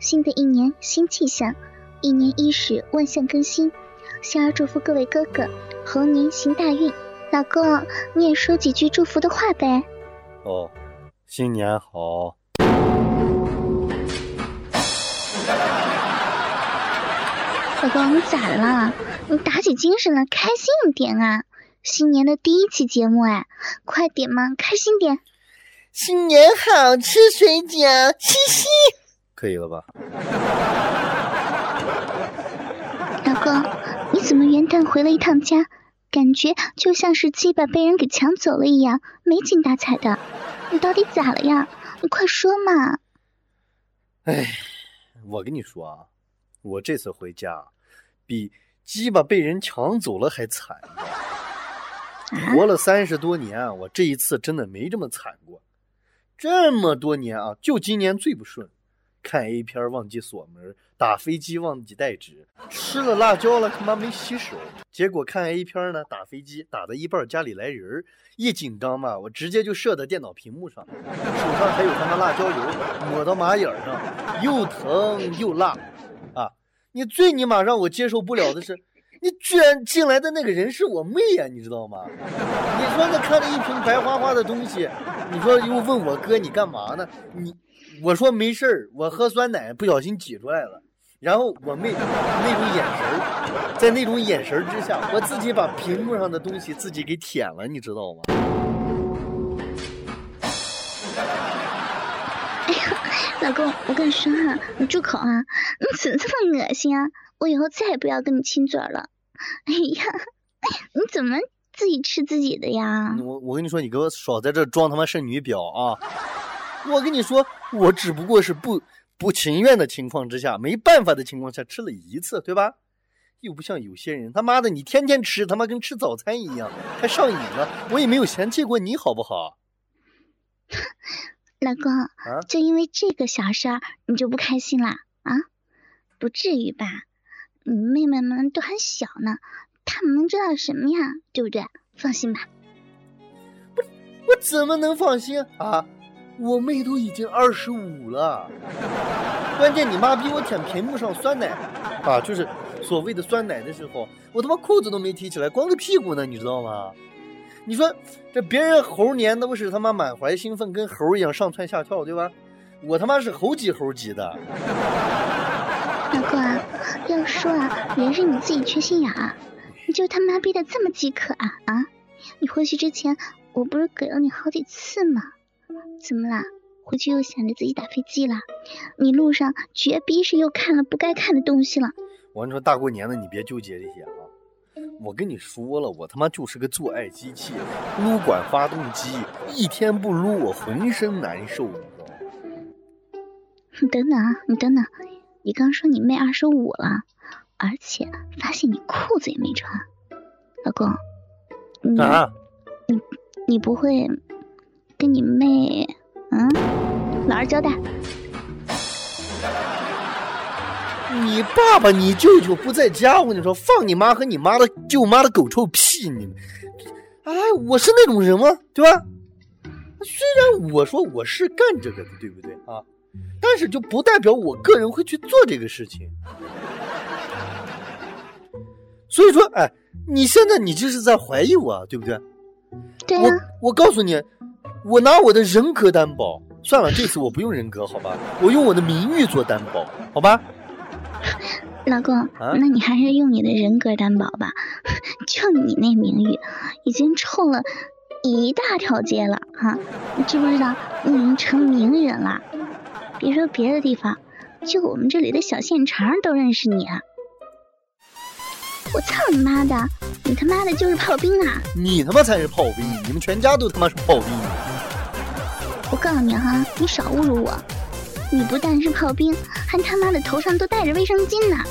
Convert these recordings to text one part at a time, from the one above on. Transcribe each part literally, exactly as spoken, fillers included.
新的一年新气象，一年伊始万象更新。小儿祝福各位哥哥猴年行大运。老公，你也说几句祝福的话呗。 哦，新年好。 老公，你咋了？你打起精神来，开心一点啊！新年的第一期节目哎，快点嘛，开心点。 新年好，吃水饺，嘻嘻。 可以了吧？ 老公，你怎么元旦回了一趟家，感觉就像是鸡巴被人给抢走了一样，没精打采的。你到底咋了呀？你快说嘛。 哎，我跟你说啊，我这次回家比鸡巴被人抢走了还惨。活了三十多年，我这一次真的没这么惨过。这么多年啊，就今年最不顺。看 A 片忘记锁门，打飞机忘记带纸，吃了辣椒了他妈没洗手，结果看 A 片呢，打飞机打到一半家里来人，一紧张嘛，我直接就射到电脑屏幕上，手上还有他妈辣椒油抹到马眼上，又疼又辣啊！你最尼玛让我接受不了的是，你居然进来的那个人是我妹呀、啊，你知道吗？你说那看了一瓶白花花的东西，你说又问我哥你干嘛呢？你我说没事儿，我喝酸奶不小心挤出来了。然后我妹那种眼神，在那种眼神之下，我自己把屏幕上的东西自己给舔了，你知道吗？ 哎呀，老公，我跟你说哈、啊，你住口啊！你怎么这么恶心啊？我以后再也不要跟你亲嘴了。哎呀，你怎么自己吃自己的呀？ 我我跟你说，你给我少在这装他妈剩女婊啊！我跟你说，我只不过是不不情愿的情况之下，没办法的情况下吃了一次，对吧？又不像有些人，他妈的你天天吃，他妈跟吃早餐一样，还上瘾了。我也没有嫌弃过你，好不好？ 老公，啊、就因为这个小事儿你就不开心啦？啊？不至于吧？你妹妹们都还小呢，她们能知道什么呀？对不对？放心吧。 不，我怎么能放心啊？我妹都已经二十五了，关键你妈逼我舔屏幕上酸奶啊，就是所谓的酸奶的时候，我他妈裤子都没提起来，光着屁股呢，你知道吗？你说这别人猴年都是他妈满怀兴奋，跟猴一样上蹿下跳，对吧？我他妈是猴急猴急的。 老公啊，要说啊，也是你自己缺心眼啊，你就他妈逼的这么饥渴啊啊！你回去之前，我不是给了你好几次吗？怎么啦？回去又想着自己打飞机了？你路上绝逼是又看了不该看的东西了。 我跟你说，大过年的你别纠结这些啊！我跟你说了，我他妈就是个做爱机器，撸管发动机，一天不撸我浑身难受，你知道吗？ 你等等啊，你等等，你刚说你妹二十五了，而且发现你裤子也没穿，老公，你啊， 你你不会跟你妹嗯老实交代？ 你爸爸你舅舅不在家，我跟你说，放你妈和你妈的舅妈的狗臭屁！你们，哎，我是那种人吗？对吧？虽然我说我是干这个的，对不对啊？但是就不代表我个人会去做这个事情。所以说，哎，你现在你就是在怀疑我，对不对？ 对啊。 我我告诉你，我拿我的人格担保。算了，这次我不用人格，好吧？我用我的名誉做担保，好吧？ 老公、啊，那你还是用你的人格担保吧。就你那名誉，已经臭了一大条街了哈！你知不知道，你已经成名人了？别说别的地方，就我们这里的小县城都认识你。我操你妈的！你他妈的就是炮兵啊！ 你他妈才是炮兵！你们全家都他妈是炮兵！ 我告诉你哈，你少侮辱我！你不但是炮兵，还他妈的头上都带着卫生巾呢！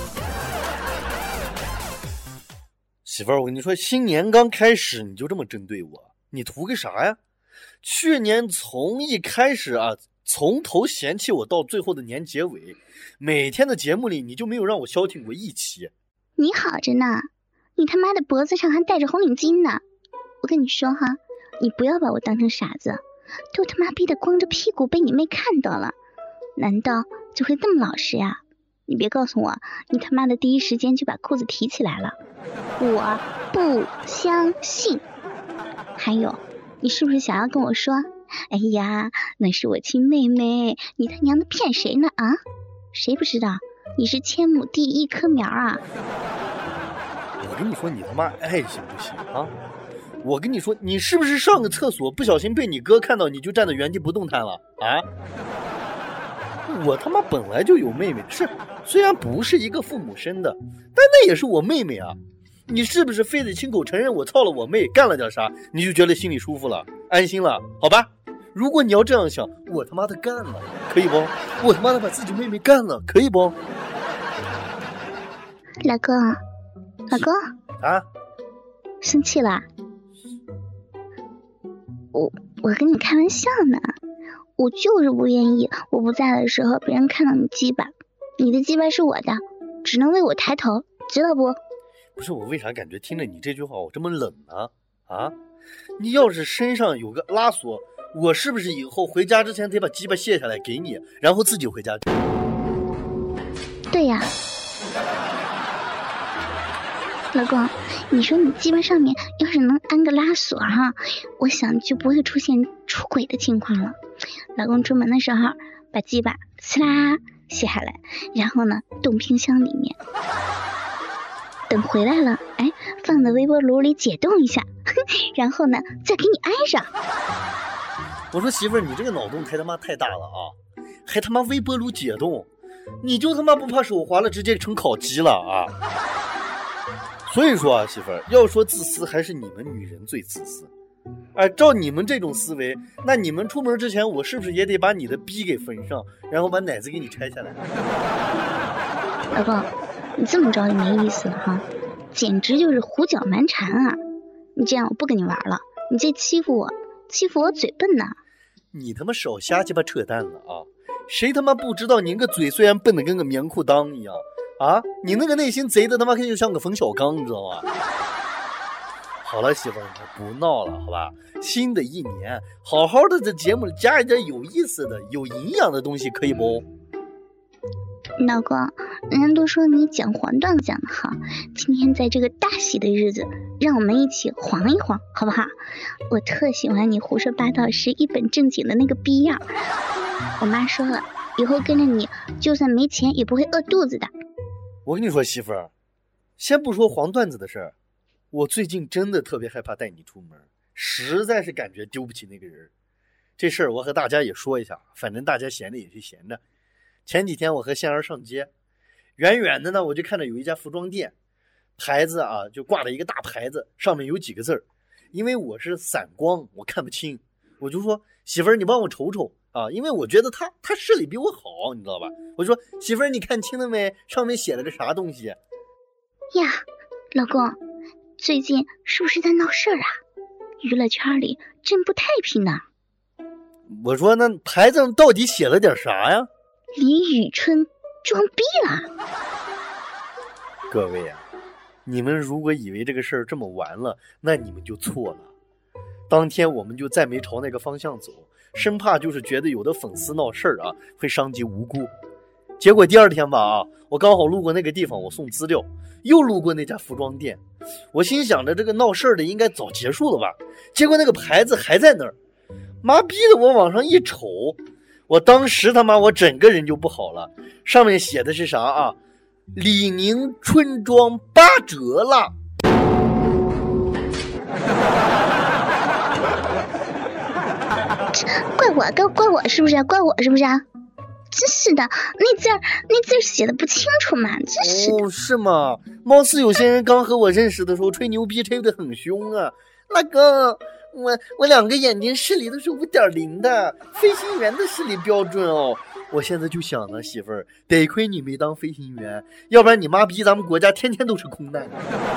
媳妇儿，我跟你说，新年刚开始你就这么针对我，你图个啥呀？去年从一开始啊，从头嫌弃我到最后的年结尾，每天的节目里你就没有让我消停过一期。 你好着呢，你他妈的脖子上还戴着红领巾呢！我跟你说哈，你不要把我当成傻子，都他妈逼得光着屁股被你妹看到了。难道就会这么老实呀？你别告诉我，你他妈的第一时间就把裤子提起来了，我不相信。还有，你是不是想要跟我说，哎呀，那是我亲妹妹，你他娘的骗谁呢啊？谁不知道你是千亩第一棵苗啊？ 我跟你说，你他妈爱行不行啊？我跟你说，你是不是上个厕所不小心被你哥看到，你就站在原地不动弹了啊？我他妈本来就有妹妹，是虽然不是一个父母生的，但那也是我妹妹啊。你是不是非得亲口承认我操了我妹，干了点啥，你就觉得心里舒服了，安心了？好吧，如果你要这样想，我他妈的干了，可以不？我他妈的把自己妹妹干了，可以不？ 老公，老公啊， 生气了？我我跟你开玩笑呢，我就是不愿意我不在的时候别人看到你鸡巴，你的鸡巴是我的，只能为我抬头，知道不？ 不是，我为啥感觉听着你这句话我这么冷呢？啊，你要是身上有个拉锁，我是不是以后回家之前得把鸡巴卸下来给你，然后自己回家？ 对呀，老公，你说你鸡巴上面要是能安个拉锁哈，我想就不会出现出轨的情况了。老公出门的时候把鸡巴呲啦卸下来，然后呢冻冰箱里面，等回来了，哎，放在微波炉里解冻一下，然后呢再给你安上。 我说媳妇儿，你这个脑洞太他妈太大了啊！还他妈微波炉解冻，你就他妈不怕手滑了直接成烤鸡了啊！所以说啊，媳妇儿，要说自私，还是你们女人最自私。哎，照你们这种思维，那你们出门之前，我是不是也得把你的逼给缝上，然后把奶子给你拆下来？ 老公，你这么着就没意思了哈，简直就是胡搅蛮缠啊！你这样我不跟你玩了，你这欺负我，欺负我嘴笨呐！ 你他妈少瞎鸡巴扯淡了啊！谁他妈不知道你那个嘴虽然笨得跟个棉裤裆一样啊，你那个内心贼的他妈就像个冯小刚，你知道吗？好了，媳妇儿，不闹了，好吧？新的一年，好好的在节目里加一点有意思的、有营养的东西，可以不？ 老公，人家都说你讲黄段子讲得好，今天在这个大喜的日子，让我们一起黄一黄，好不好？我特喜欢你胡说八道时一本正经的那个逼样。我妈说了，以后跟着你，就算没钱也不会饿肚子的。 我跟你说，媳妇儿，先不说黄段子的事儿，我最近真的特别害怕带你出门，实在是感觉丢不起那个人。这事儿我和大家也说一下，反正大家闲着也就闲着。前几天我和仙儿上街，远远的呢我就看到有一家服装店，牌子啊就挂了一个大牌子，上面有几个字儿，因为我是散光我看不清，我就说媳妇儿你帮我瞅瞅啊，因为我觉得他他视力比我好，你知道吧？我就说媳妇儿你看清了没？上面写了个啥东西呀？ 老公，最近是不是在闹事儿啊？娱乐圈里真不太平呢。 我说那牌子上到底写了点啥呀？ 李宇春装逼了。 各位啊，你们如果以为这个事儿这么完了，那你们就错了。当天我们就再没朝那个方向走，生怕就是觉得有的粉丝闹事儿啊，会伤及无辜。结果第二天吧啊，我刚好路过那个地方，我送资料，又路过那家服装店，我心想着这个闹事儿的应该早结束了吧，结果那个牌子还在那儿，妈逼的我往上一瞅，我当时他妈我整个人就不好了，上面写的是啥啊？李宁春装八折了。 怪我，怪怪我是不是？怪我是不是？真是的，那字儿那字儿写的不清楚嘛，真是的。 哦，是吗？貌似有些人刚和我认识的时候吹牛逼吹得很凶啊。 老公，我我两个眼睛视力都是五点零的，飞行员的视力标准哦。 我现在就想呢，媳妇儿，得亏你没当飞行员，要不然你妈逼咱们国家天天都是空难。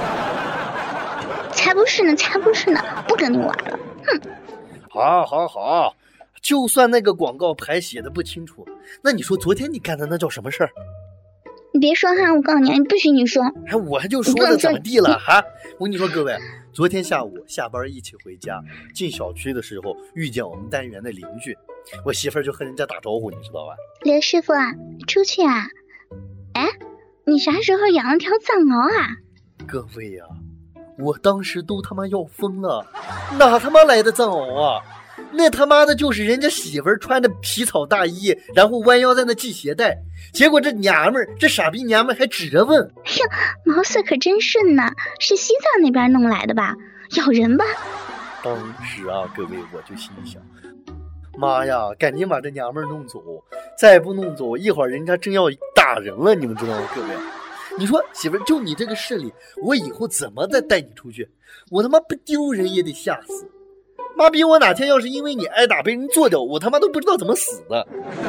才不是呢，才不是呢，不跟你玩了，哼。 好好好，就算那个广告牌写的不清楚，那你说昨天你干的那叫什么事儿？ 你别说哈，我告诉你，你不许你说。 哎，我还就说的怎么地了哈？我跟你说各位， 昨天下午下班一起回家，进小区的时候遇见我们单元的邻居，我媳妇儿就和人家打招呼，你知道吧？ 刘师傅啊，出去啊！哎，你啥时候养了条藏獒啊？ 各位呀、啊，我当时都他妈要疯了，哪他妈来的藏獒啊？那他妈的就是人家媳妇儿穿的皮草大衣，然后弯腰在那系鞋带，结果这娘们儿，这傻逼娘们儿还指着问：“ 哎呀，毛色可真顺呢，是西藏那边弄来的吧？咬人吧？” 当时啊，各位我就心想，妈呀，赶紧把这娘们儿弄走，再不弄走，一会儿人家真要打人了，你们知道吗？各位，你说媳妇儿，就你这个视力，我以后怎么再带你出去？我他妈不丢人也得吓死。妈逼，我哪天要是因为你挨打被人做掉，我他妈都不知道怎么死的。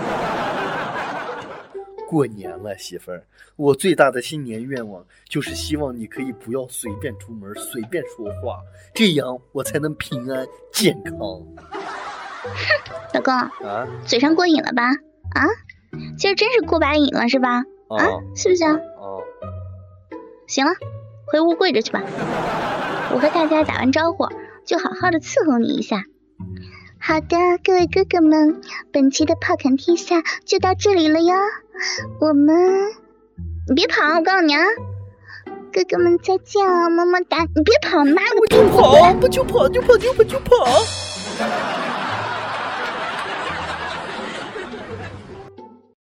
过年了，媳妇儿，我最大的新年愿望就是希望你可以不要随便出门，随便说话，这样我才能平安健康。 老公啊， 嘴上过瘾了吧？啊，今儿真是过把瘾了是吧？ 啊， 啊是不是啊？ 哦， 行了，回屋跪着去吧。我和大家打完招呼，就好好的伺候你一下。好的，各位哥哥们，本期的炮侃天下就到这里了哟。我们，你别跑，我告诉你啊，哥哥们再见啊，么么哒！你别跑，妈了个逼！ 我就跑，不就跑，就跑，就跑，就跑。